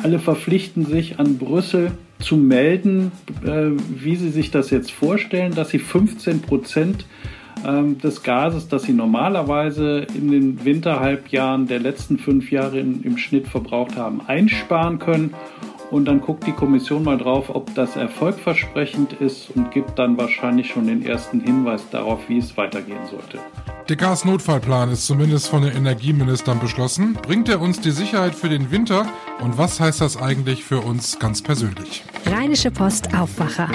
Alle verpflichten sich an Brüssel zu melden, wie sie sich das jetzt vorstellen, dass sie 15% des Gases, das sie normalerweise in den Winterhalbjahren der letzten 5 Jahre im Schnitt verbraucht haben, einsparen können. Und dann guckt die Kommission mal drauf, ob das erfolgversprechend ist und gibt dann wahrscheinlich schon den ersten Hinweis darauf, wie es weitergehen sollte. Der Gasnotfallplan ist zumindest von den Energieministern beschlossen. Bringt er uns die Sicherheit für den Winter? Und was heißt das eigentlich für uns ganz persönlich? Rheinische Post Aufwacher.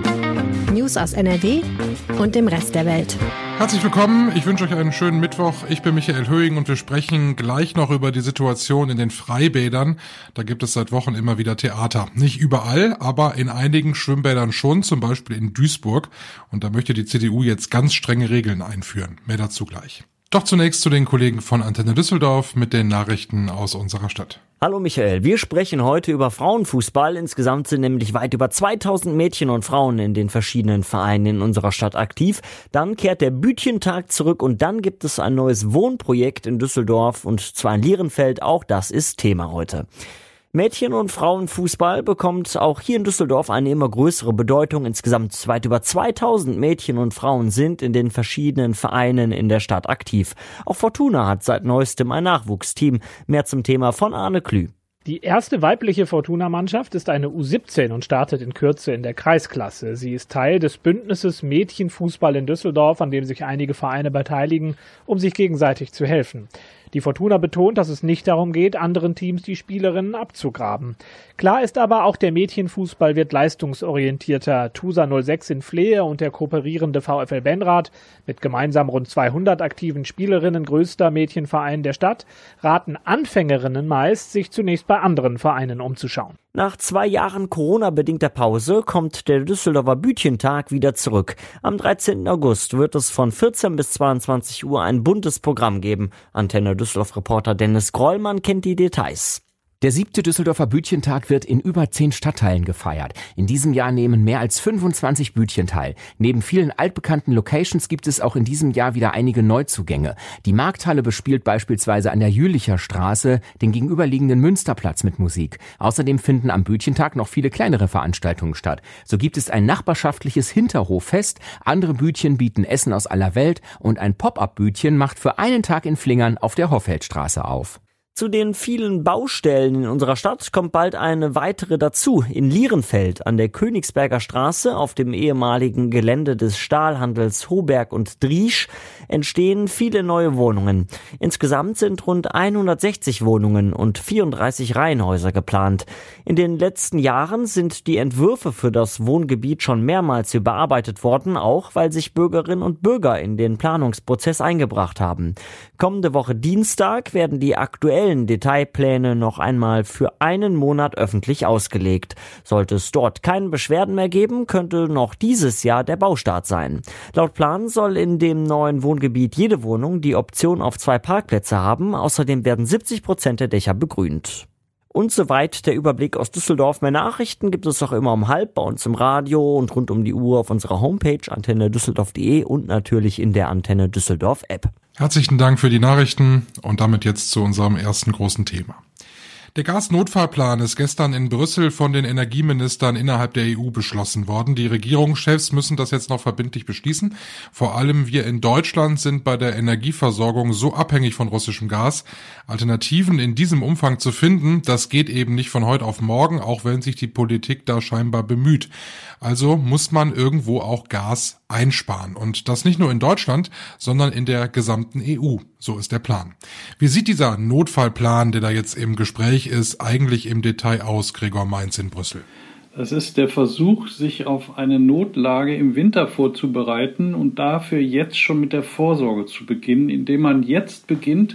News aus NRW und dem Rest der Welt. Herzlich willkommen, ich wünsche euch einen schönen Mittwoch. Ich bin Michael Höhing und wir sprechen gleich noch über die Situation in den Freibädern. Da gibt es seit Wochen immer wieder Theater. Nicht überall, aber in einigen Schwimmbädern schon, zum Beispiel in Duisburg. Und da möchte die CDU jetzt ganz strenge Regeln einführen. Mehr dazu gleich. Doch zunächst zu den Kollegen von Antenne Düsseldorf mit den Nachrichten aus unserer Stadt. Hallo Michael, wir sprechen heute über Frauenfußball. Insgesamt sind nämlich weit über 2000 Mädchen und Frauen in den verschiedenen Vereinen in unserer Stadt aktiv. Dann kehrt der Bütchentag zurück und dann gibt es ein neues Wohnprojekt in Düsseldorf und zwar in Lierenfeld. Auch das ist Thema heute. Mädchen- und Frauenfußball bekommt auch hier in Düsseldorf eine immer größere Bedeutung. Insgesamt weit über 2000 Mädchen und Frauen sind in den verschiedenen Vereinen in der Stadt aktiv. Auch Fortuna hat seit neuestem ein Nachwuchsteam. Mehr zum Thema von Arne Klü. Die erste weibliche Fortuna-Mannschaft ist eine U17 und startet in Kürze in der Kreisklasse. Sie ist Teil des Bündnisses Mädchenfußball in Düsseldorf, an dem sich einige Vereine beteiligen, um sich gegenseitig zu helfen. Die Fortuna betont, dass es nicht darum geht, anderen Teams die Spielerinnen abzugraben. Klar ist aber, auch der Mädchenfußball wird leistungsorientierter. TuSa 06 in Flehe und der kooperierende VfL Benrath mit gemeinsam rund 200 aktiven Spielerinnen, größter Mädchenverein der Stadt, raten Anfängerinnen meist, sich zunächst bei anderen Vereinen umzuschauen. Nach 2 Jahren Corona-bedingter Pause kommt der Düsseldorfer Bütchentag wieder zurück. Am 13. August wird es von 14 bis 22 Uhr ein buntes Programm geben. Antenne Düsseldorf-Reporter Dennis Grollmann kennt die Details. Der 7. Düsseldorfer Bütchentag wird in über 10 Stadtteilen gefeiert. In diesem Jahr nehmen mehr als 25 Bütchen teil. Neben vielen altbekannten Locations gibt es auch in diesem Jahr wieder einige Neuzugänge. Die Markthalle bespielt beispielsweise an der Jülicher Straße den gegenüberliegenden Münsterplatz mit Musik. Außerdem finden am Bütchentag noch viele kleinere Veranstaltungen statt. So gibt es ein nachbarschaftliches Hinterhoffest, andere Bütchen bieten Essen aus aller Welt und ein Pop-up-Bütchen macht für einen Tag in Flingern auf der Hoffeldstraße auf. Zu den vielen Baustellen in unserer Stadt kommt bald eine weitere dazu. In Lierenfeld an der Königsberger Straße auf dem ehemaligen Gelände des Stahlhandels Hoberg und Driesch entstehen viele neue Wohnungen. Insgesamt sind rund 160 Wohnungen und 34 Reihenhäuser geplant. In den letzten Jahren sind die Entwürfe für das Wohngebiet schon mehrmals überarbeitet worden, auch weil sich Bürgerinnen und Bürger in den Planungsprozess eingebracht haben. Kommende Woche Dienstag werden die aktuellen Detailpläne noch einmal für einen Monat öffentlich ausgelegt. Sollte es dort keine Beschwerden mehr geben, könnte noch dieses Jahr der Baustart sein. Laut Plan soll in dem neuen Wohngebiet jede Wohnung die Option auf 2 Parkplätze haben. Außerdem werden 70% der Dächer begrünt. Und soweit der Überblick aus Düsseldorf. Mehr Nachrichten gibt es auch immer um 12 bei uns im Radio und rund um die Uhr auf unserer Homepage antennedüsseldorf.de und natürlich in der Antenne Düsseldorf App. Herzlichen Dank für die Nachrichten und damit jetzt zu unserem ersten großen Thema. Der Gasnotfallplan ist gestern in Brüssel von den Energieministern innerhalb der EU beschlossen worden. Die Regierungschefs müssen das jetzt noch verbindlich beschließen. Vor allem wir in Deutschland sind bei der Energieversorgung so abhängig von russischem Gas. Alternativen in diesem Umfang zu finden, das geht eben nicht von heute auf morgen, auch wenn sich die Politik da scheinbar bemüht. Also muss man irgendwo auch Gas einsparen. Und das nicht nur in Deutschland, sondern in der gesamten EU. So ist der Plan. Wie sieht dieser Notfallplan, der da jetzt im Gespräch ist, eigentlich im Detail aus, Gregor Mainz in Brüssel? Es ist der Versuch, sich auf eine Notlage im Winter vorzubereiten und dafür jetzt schon mit der Vorsorge zu beginnen, indem man jetzt beginnt,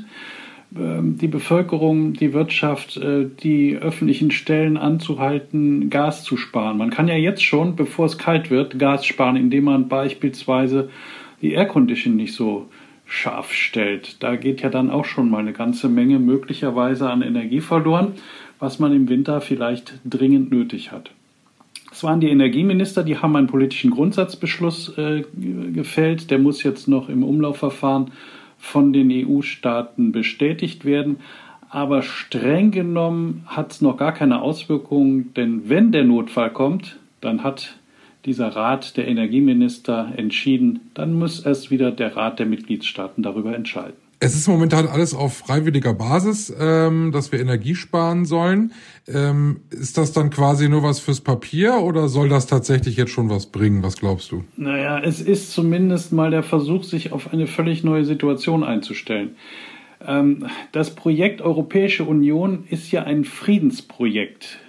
die Bevölkerung, die Wirtschaft, die öffentlichen Stellen anzuhalten, Gas zu sparen. Man kann ja jetzt schon, bevor es kalt wird, Gas sparen, indem man beispielsweise die Aircondition nicht so scharf stellt. Da geht ja dann auch schon mal eine ganze Menge möglicherweise an Energie verloren, was man im Winter vielleicht dringend nötig hat. Es waren die Energieminister, die haben einen politischen Grundsatzbeschluss gefällt. Der muss jetzt noch im Umlaufverfahren von den EU-Staaten bestätigt werden. Aber streng genommen hat es noch gar keine Auswirkungen, denn wenn der Notfall kommt, dann hat dieser Rat der Energieminister entschieden, dann muss erst wieder der Rat der Mitgliedstaaten darüber entscheiden. Es ist momentan alles auf freiwilliger Basis, dass wir Energie sparen sollen. Ist das dann quasi nur was fürs Papier oder soll das tatsächlich jetzt schon was bringen? Was glaubst du? Naja, es ist zumindest mal der Versuch, sich auf eine völlig neue Situation einzustellen. Das Projekt Europäische Union ist ja ein Friedensprojekt.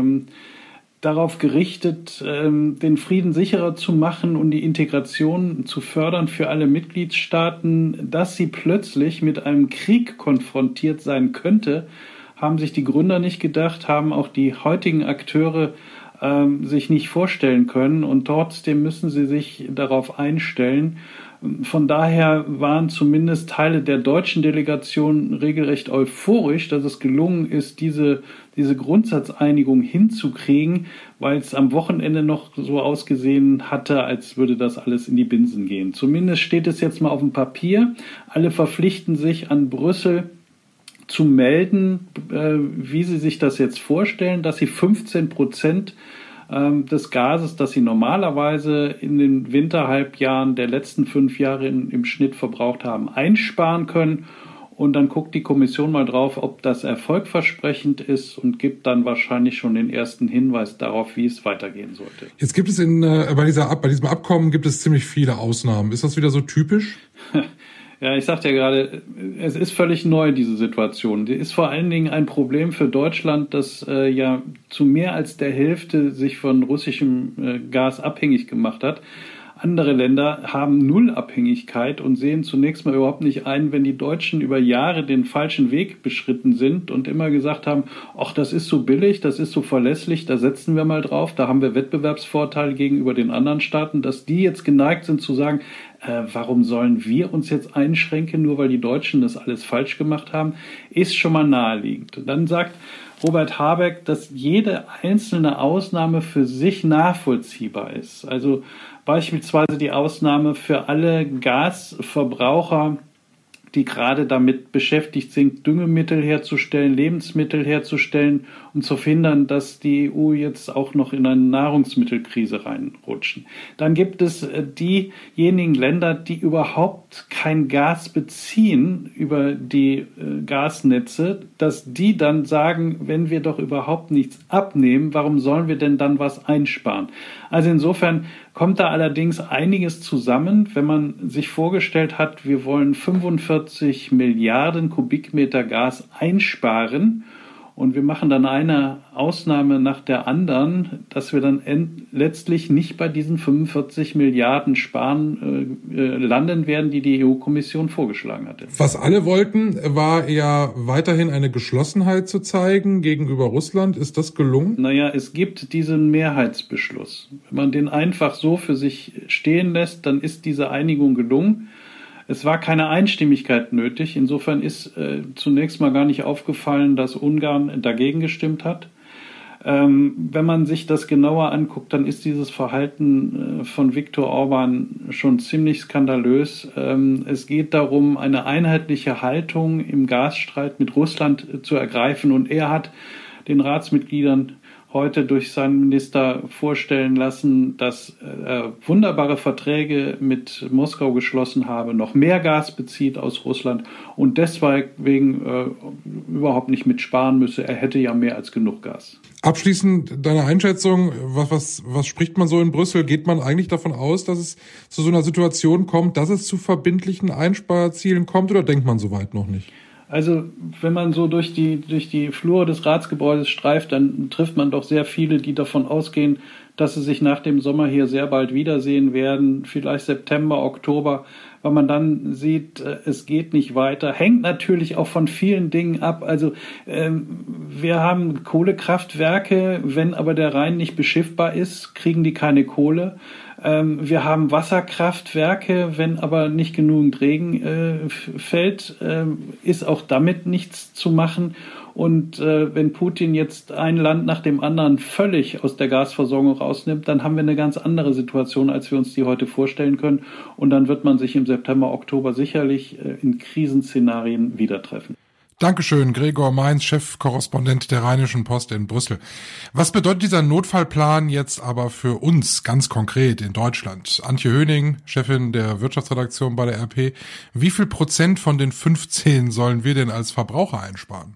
Darauf gerichtet, den Frieden sicherer zu machen und die Integration zu fördern für alle Mitgliedstaaten. Dass sie plötzlich mit einem Krieg konfrontiert sein könnte, haben sich die Gründer nicht gedacht, haben auch die heutigen Akteure sich nicht vorstellen können und trotzdem müssen sie sich darauf einstellen. Von daher waren zumindest Teile der deutschen Delegation regelrecht euphorisch, dass es gelungen ist, diese Grundsatzeinigung hinzukriegen, weil es am Wochenende noch so ausgesehen hatte, als würde das alles in die Binsen gehen. Zumindest steht es jetzt mal auf dem Papier. Alle verpflichten sich an Brüssel zu melden, wie sie sich das jetzt vorstellen, dass sie 15% des Gases, das sie normalerweise in den Winterhalbjahren der letzten 5 Jahre im Schnitt verbraucht haben, einsparen können. Und dann guckt die Kommission mal drauf, ob das erfolgversprechend ist und gibt dann wahrscheinlich schon den ersten Hinweis darauf, wie es weitergehen sollte. Jetzt gibt es bei diesem Abkommen gibt es ziemlich viele Ausnahmen. Ist das wieder so typisch? Ja, ich sagte ja gerade, es ist völlig neu, diese Situation. Die ist vor allen Dingen ein Problem für Deutschland, das ja zu mehr als der Hälfte sich von russischem Gas abhängig gemacht hat. Andere Länder haben null Abhängigkeit und sehen zunächst mal überhaupt nicht ein, wenn die Deutschen über Jahre den falschen Weg beschritten sind und immer gesagt haben, ach, das ist so billig, das ist so verlässlich, da setzen wir mal drauf, da haben wir Wettbewerbsvorteile gegenüber den anderen Staaten, dass die jetzt geneigt sind zu sagen, warum sollen wir uns jetzt einschränken, nur weil die Deutschen das alles falsch gemacht haben, ist schon mal naheliegend. Und dann sagt Robert Habeck, dass jede einzelne Ausnahme für sich nachvollziehbar ist. Also beispielsweise die Ausnahme für alle Gasverbraucher, die gerade damit beschäftigt sind, Düngemittel herzustellen, Lebensmittel herzustellen, um zu verhindern, dass die EU jetzt auch noch in eine Nahrungsmittelkrise reinrutschen. Dann gibt es diejenigen Länder, die überhaupt kein Gas beziehen über die Gasnetze, dass die dann sagen, wenn wir doch überhaupt nichts abnehmen, warum sollen wir denn dann was einsparen? Also insofern kommt da allerdings einiges zusammen, wenn man sich vorgestellt hat, wir wollen 45 Milliarden Kubikmeter Gas einsparen und wir machen dann eine Ausnahme nach der anderen, dass wir dann letztlich nicht bei diesen 45 Milliarden Sparen landen werden, die die EU-Kommission vorgeschlagen hatte. Was alle wollten, war ja weiterhin eine Geschlossenheit zu zeigen gegenüber Russland. Ist das gelungen? Naja, es gibt diesen Mehrheitsbeschluss. Wenn man den einfach so für sich stehen lässt, dann ist diese Einigung gelungen. Es war keine Einstimmigkeit nötig. Insofern ist zunächst mal gar nicht aufgefallen, dass Ungarn dagegen gestimmt hat. Wenn man sich das genauer anguckt, dann ist dieses Verhalten von Viktor Orban schon ziemlich skandalös. Es geht darum, eine einheitliche Haltung im Gasstreit mit Russland zu ergreifen. Und er hat den Ratsmitgliedern heute durch seinen Minister vorstellen lassen, dass er wunderbare Verträge mit Moskau geschlossen habe, noch mehr Gas bezieht aus Russland und deswegen überhaupt nicht mitsparen müsse. Er hätte ja mehr als genug Gas. Abschließend deine Einschätzung, was spricht man so in Brüssel? Geht man eigentlich davon aus, dass es zu so einer Situation kommt, dass es zu verbindlichen Einsparzielen kommt oder denkt man soweit noch nicht? Also wenn man so durch die Flure des Ratsgebäudes streift, dann trifft man doch sehr viele, die davon ausgehen, dass sie sich nach dem Sommer hier sehr bald wiedersehen werden, vielleicht September, Oktober, weil man dann sieht, es geht nicht weiter. Hängt natürlich auch von vielen Dingen ab. Also wir haben Kohlekraftwerke, wenn aber der Rhein nicht beschiffbar ist, kriegen die keine Kohle. Wir haben Wasserkraftwerke, wenn aber nicht genügend Regen fällt, ist auch damit nichts zu machen. Und wenn Putin jetzt ein Land nach dem anderen völlig aus der Gasversorgung rausnimmt, dann haben wir eine ganz andere Situation, als wir uns die heute vorstellen können. Und dann wird man sich im September, Oktober sicherlich in Krisenszenarien wieder treffen. Dankeschön, Gregor Mainz, Chefkorrespondent der Rheinischen Post in Brüssel. Was bedeutet dieser Notfallplan jetzt aber für uns ganz konkret in Deutschland? Antje Höning, Chefin der Wirtschaftsredaktion bei der RP. Wie viel Prozent von den 15 sollen wir denn als Verbraucher einsparen?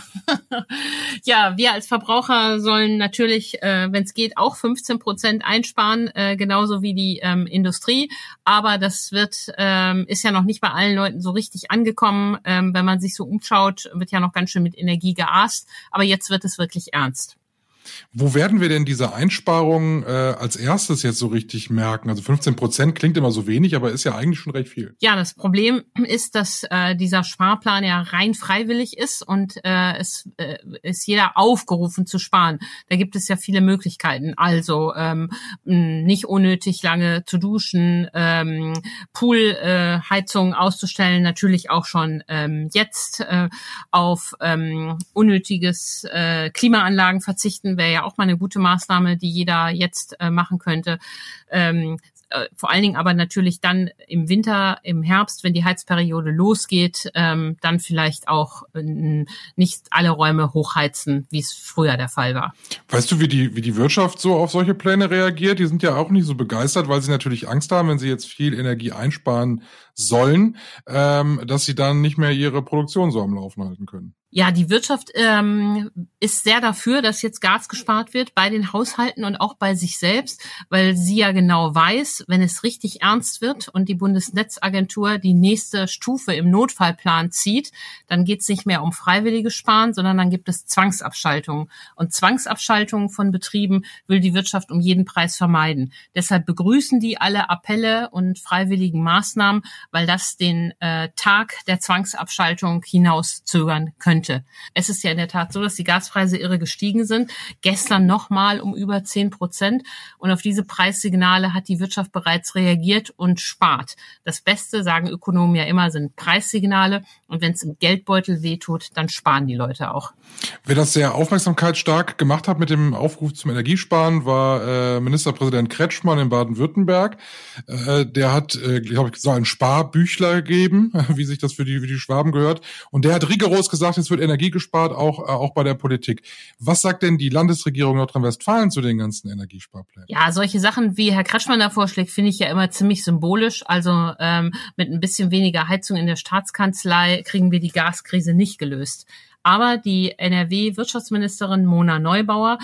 Ja, wir als Verbraucher sollen natürlich, wenn es geht, auch 15% einsparen, genauso wie die Industrie. Aber das ist ja noch nicht bei allen Leuten so richtig angekommen. Wenn man sich so umschaut, wird ja noch ganz schön mit Energie geaßt. Aber jetzt wird es wirklich ernst. Wo werden wir denn diese Einsparungen als erstes jetzt so richtig merken? Also 15% klingt immer so wenig, aber ist ja eigentlich schon recht viel. Ja, das Problem ist, dass dieser Sparplan ja rein freiwillig ist und es ist jeder aufgerufen zu sparen. Da gibt es ja viele Möglichkeiten. Also nicht unnötig lange zu duschen, Poolheizung auszustellen, natürlich auch schon jetzt auf unnötiges Klimaanlagen verzichten, wäre ja auch mal eine gute Maßnahme, die jeder jetzt machen könnte. Vor allen Dingen aber natürlich dann im Winter, im Herbst, wenn die Heizperiode losgeht, dann vielleicht auch nicht alle Räume hochheizen, wie es früher der Fall war. Weißt du, wie die Wirtschaft so auf solche Pläne reagiert? Die sind ja auch nicht so begeistert, weil sie natürlich Angst haben, wenn sie jetzt viel Energie einsparen sollen, dass sie dann nicht mehr ihre Produktion so am Laufen halten können. Ja, die Wirtschaft ist sehr dafür, dass jetzt Gas gespart wird bei den Haushalten und auch bei sich selbst, weil sie ja genau weiß, wenn es richtig ernst wird und die Bundesnetzagentur die nächste Stufe im Notfallplan zieht, dann geht es nicht mehr um freiwilliges Sparen, sondern dann gibt es Zwangsabschaltungen. Und Zwangsabschaltungen von Betrieben will die Wirtschaft um jeden Preis vermeiden. Deshalb begrüßen die alle Appelle und freiwilligen Maßnahmen, weil das den Tag der Zwangsabschaltung hinauszögern könnte. Es ist ja in der Tat so, dass die Gaspreise irre gestiegen sind. Gestern nochmal um über 10%. Und auf diese Preissignale hat die Wirtschaft bereits reagiert und spart. Das Beste, sagen Ökonomen ja immer, sind Preissignale. Und wenn es im Geldbeutel wehtut, dann sparen die Leute auch. Wer das sehr aufmerksamkeitsstark gemacht hat mit dem Aufruf zum Energiesparen, war Ministerpräsident Kretschmann in Baden-Württemberg. Der hat, glaube ich, so ein Sparbüchler gegeben, wie sich das für die Schwaben gehört. Und der hat rigoros gesagt, es wird Energie gespart, auch bei der Politik. Was sagt denn die Landesregierung Nordrhein-Westfalen zu den ganzen Energiesparplänen? Ja, solche Sachen, wie Herr Kretschmann da vorschlägt, finde ich ja immer ziemlich symbolisch. Also mit ein bisschen weniger Heizung in der Staatskanzlei kriegen wir die Gaskrise nicht gelöst. Aber die NRW-Wirtschaftsministerin Mona Neubauer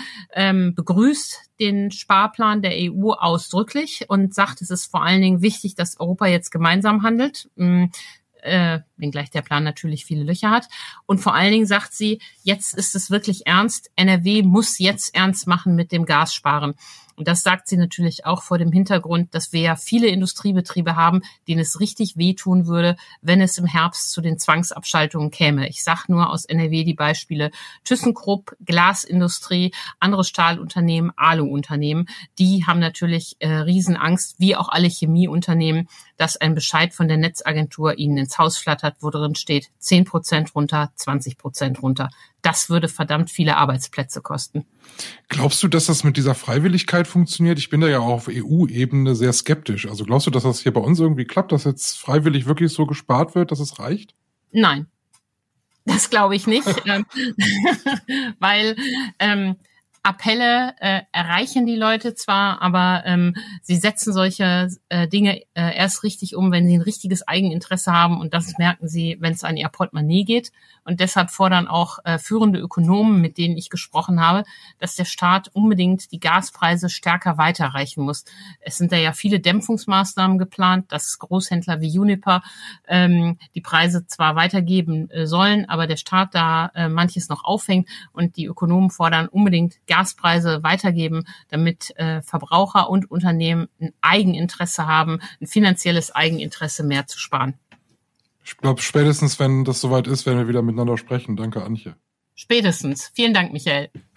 begrüßt den Sparplan der EU ausdrücklich und sagt, es ist vor allen Dingen wichtig, dass Europa jetzt gemeinsam handelt. Wenngleich der Plan natürlich viele Löcher hat. Und vor allen Dingen sagt sie, jetzt ist es wirklich ernst. NRW muss jetzt ernst machen mit dem Gassparen. Und das sagt sie natürlich auch vor dem Hintergrund, dass wir ja viele Industriebetriebe haben, denen es richtig wehtun würde, wenn es im Herbst zu den Zwangsabschaltungen käme. Ich sage nur aus NRW die Beispiele ThyssenKrupp, Glasindustrie, andere Stahlunternehmen, Aluunternehmen. Die haben natürlich Riesenangst, wie auch alle Chemieunternehmen, dass ein Bescheid von der Netzagentur ihnen ins Haus flattert, wo drin steht 10% runter, 20% runter. Das würde verdammt viele Arbeitsplätze kosten. Glaubst du, dass das mit dieser Freiwilligkeit funktioniert? Ich bin da ja auch auf EU-Ebene sehr skeptisch. Also glaubst du, dass das hier bei uns irgendwie klappt, dass jetzt freiwillig wirklich so gespart wird, dass es reicht? Nein, das glaube ich nicht, weil Appelle erreichen die Leute zwar, aber sie setzen solche Dinge erst richtig um, wenn sie ein richtiges Eigeninteresse haben, und das merken sie, wenn es an ihr Portemonnaie geht. Und deshalb fordern auch führende Ökonomen, mit denen ich gesprochen habe, dass der Staat unbedingt die Gaspreise stärker weiterreichen muss. Es sind da ja viele Dämpfungsmaßnahmen geplant, dass Großhändler wie Uniper die Preise zwar weitergeben sollen, aber der Staat da manches noch auffängt, und die Ökonomen fordern unbedingt Gaspreise weitergeben, damit Verbraucher und Unternehmen ein Eigeninteresse haben, ein finanzielles Eigeninteresse mehr zu sparen. Ich glaube, spätestens, wenn das soweit ist, werden wir wieder miteinander sprechen. Danke, Antje. Spätestens. Vielen Dank, Michael.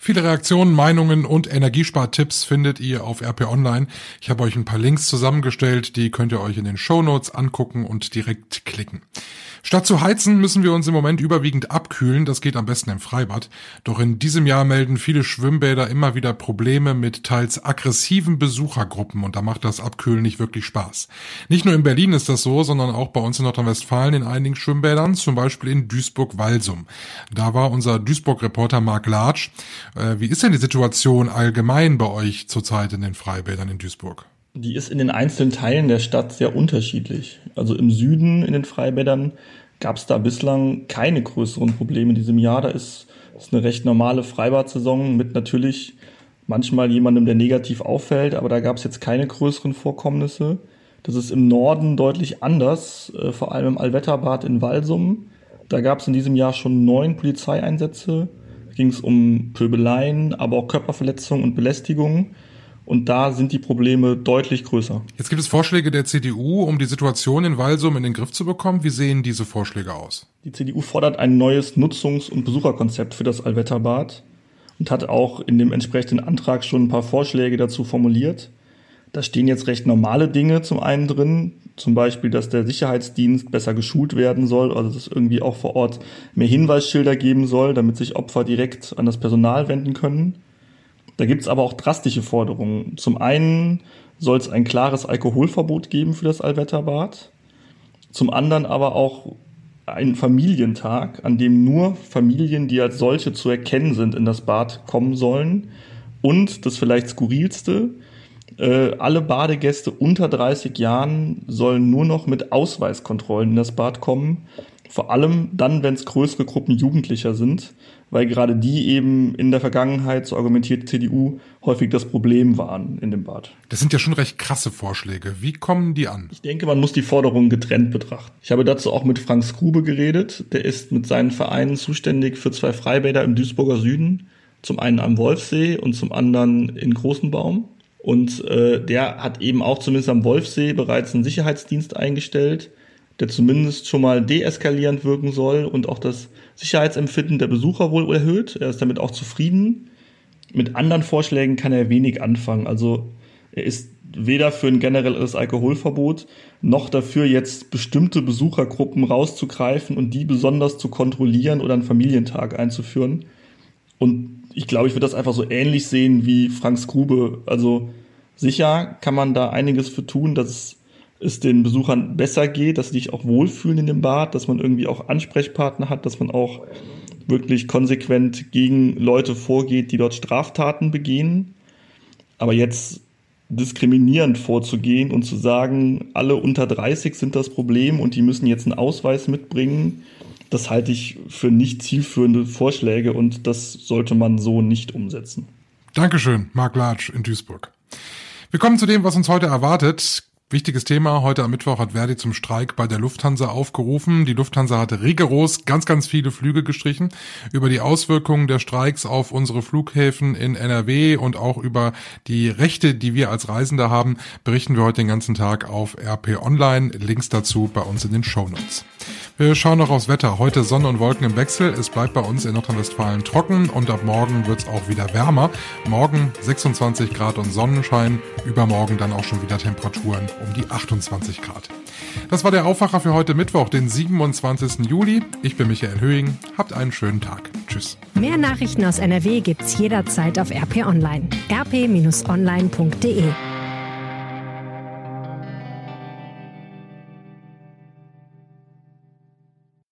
Viele Reaktionen, Meinungen und Energiespartipps findet ihr auf RP Online. Ich habe euch ein paar Links zusammengestellt, die könnt ihr euch in den Shownotes angucken und direkt klicken. Statt zu heizen, müssen wir uns im Moment überwiegend abkühlen. Das geht am besten im Freibad. Doch in diesem Jahr melden viele Schwimmbäder immer wieder Probleme mit teils aggressiven Besuchergruppen und da macht das Abkühlen nicht wirklich Spaß. Nicht nur in Berlin ist das so, sondern auch bei uns in Nordrhein-Westfalen in einigen Schwimmbädern, zum Beispiel in Duisburg-Walsum. Da war unser Duisburg-Reporter Marc Latsch. Wie ist denn die Situation allgemein bei euch zurzeit in den Freibädern in Duisburg? Die ist in den einzelnen Teilen der Stadt sehr unterschiedlich. Also im Süden in den Freibädern gab es da bislang keine größeren Probleme in diesem Jahr. Da ist eine recht normale Freibad-Saison mit natürlich manchmal jemandem, der negativ auffällt, aber da gab es jetzt keine größeren Vorkommnisse. Das ist im Norden deutlich anders, vor allem im Allwetterbad in Walsum. Da gab es in diesem Jahr schon 9 Polizeieinsätze. Da ging es um Pöbeleien, aber auch Körperverletzungen und Belästigungen. Und da sind die Probleme deutlich größer. Jetzt gibt es Vorschläge der CDU, um die Situation in Walsum in den Griff zu bekommen. Wie sehen diese Vorschläge aus? Die CDU fordert ein neues Nutzungs- und Besucherkonzept für das Allwetterbad und hat auch in dem entsprechenden Antrag schon ein paar Vorschläge dazu formuliert. Da stehen jetzt recht normale Dinge zum einen drin, zum Beispiel, dass der Sicherheitsdienst besser geschult werden soll, also dass es irgendwie auch vor Ort mehr Hinweisschilder geben soll, damit sich Opfer direkt an das Personal wenden können. Da gibt's aber auch drastische Forderungen. Zum einen soll es ein klares Alkoholverbot geben für das Allwetterbad. Zum anderen aber auch einen Familientag, an dem nur Familien, die als solche zu erkennen sind, in das Bad kommen sollen. Und, das vielleicht skurrilste, alle Badegäste unter 30 Jahren sollen nur noch mit Ausweiskontrollen in das Bad kommen. Vor allem dann, wenn es größere Gruppen Jugendlicher sind, weil gerade die eben in der Vergangenheit, so argumentiert die CDU, häufig das Problem waren in dem Bad. Das sind ja schon recht krasse Vorschläge. Wie kommen die an? Ich denke, man muss die Forderungen getrennt betrachten. Ich habe dazu auch mit Frank Skrube geredet. Der ist mit seinen Vereinen zuständig für 2 Freibäder im Duisburger Süden. Zum einen am Wolfsee und zum anderen in Großenbaum. Und der hat eben auch zumindest am Wolfsee bereits einen Sicherheitsdienst eingestellt, der zumindest schon mal deeskalierend wirken soll und auch das Sicherheitsempfinden der Besucher wohl erhöht. Er ist damit auch zufrieden. Mit anderen Vorschlägen kann er wenig anfangen. Also er ist weder für ein generelles Alkoholverbot noch dafür, jetzt bestimmte Besuchergruppen rauszugreifen und die besonders zu kontrollieren oder einen Familientag einzuführen. Und ich glaube, ich würde das einfach so ähnlich sehen wie Frank Skrube. Also sicher kann man da einiges für tun, dass es den Besuchern besser geht, dass sie sich auch wohlfühlen in dem Bad, dass man irgendwie auch Ansprechpartner hat, dass man auch wirklich konsequent gegen Leute vorgeht, die dort Straftaten begehen. Aber jetzt diskriminierend vorzugehen und zu sagen, alle unter 30 sind das Problem und die müssen jetzt einen Ausweis mitbringen, das halte ich für nicht zielführende Vorschläge und das sollte man so nicht umsetzen. Dankeschön, Marc Latsch in Duisburg. Wir kommen zu dem, was uns heute erwartet. Wichtiges Thema. Heute am Mittwoch hat Verdi zum Streik bei der Lufthansa aufgerufen. Die Lufthansa hatte rigoros ganz viele Flüge gestrichen. Über die Auswirkungen der Streiks auf unsere Flughäfen in NRW und auch über die Rechte, die wir als Reisende haben, berichten wir heute den ganzen Tag auf RP Online. Links dazu bei uns in den Shownotes. Wir schauen noch aufs Wetter. Heute Sonne und Wolken im Wechsel. Es bleibt bei uns in Nordrhein-Westfalen trocken und ab morgen wird es auch wieder wärmer. Morgen 26 Grad und Sonnenschein. Übermorgen dann auch schon wieder Temperaturen um die 28 Grad. Das war der Aufwacher für heute Mittwoch, den 27. Juli. Ich bin Michael Höhing. Habt einen schönen Tag. Tschüss. Mehr Nachrichten aus NRW gibt's jederzeit auf RP Online. rp-online.de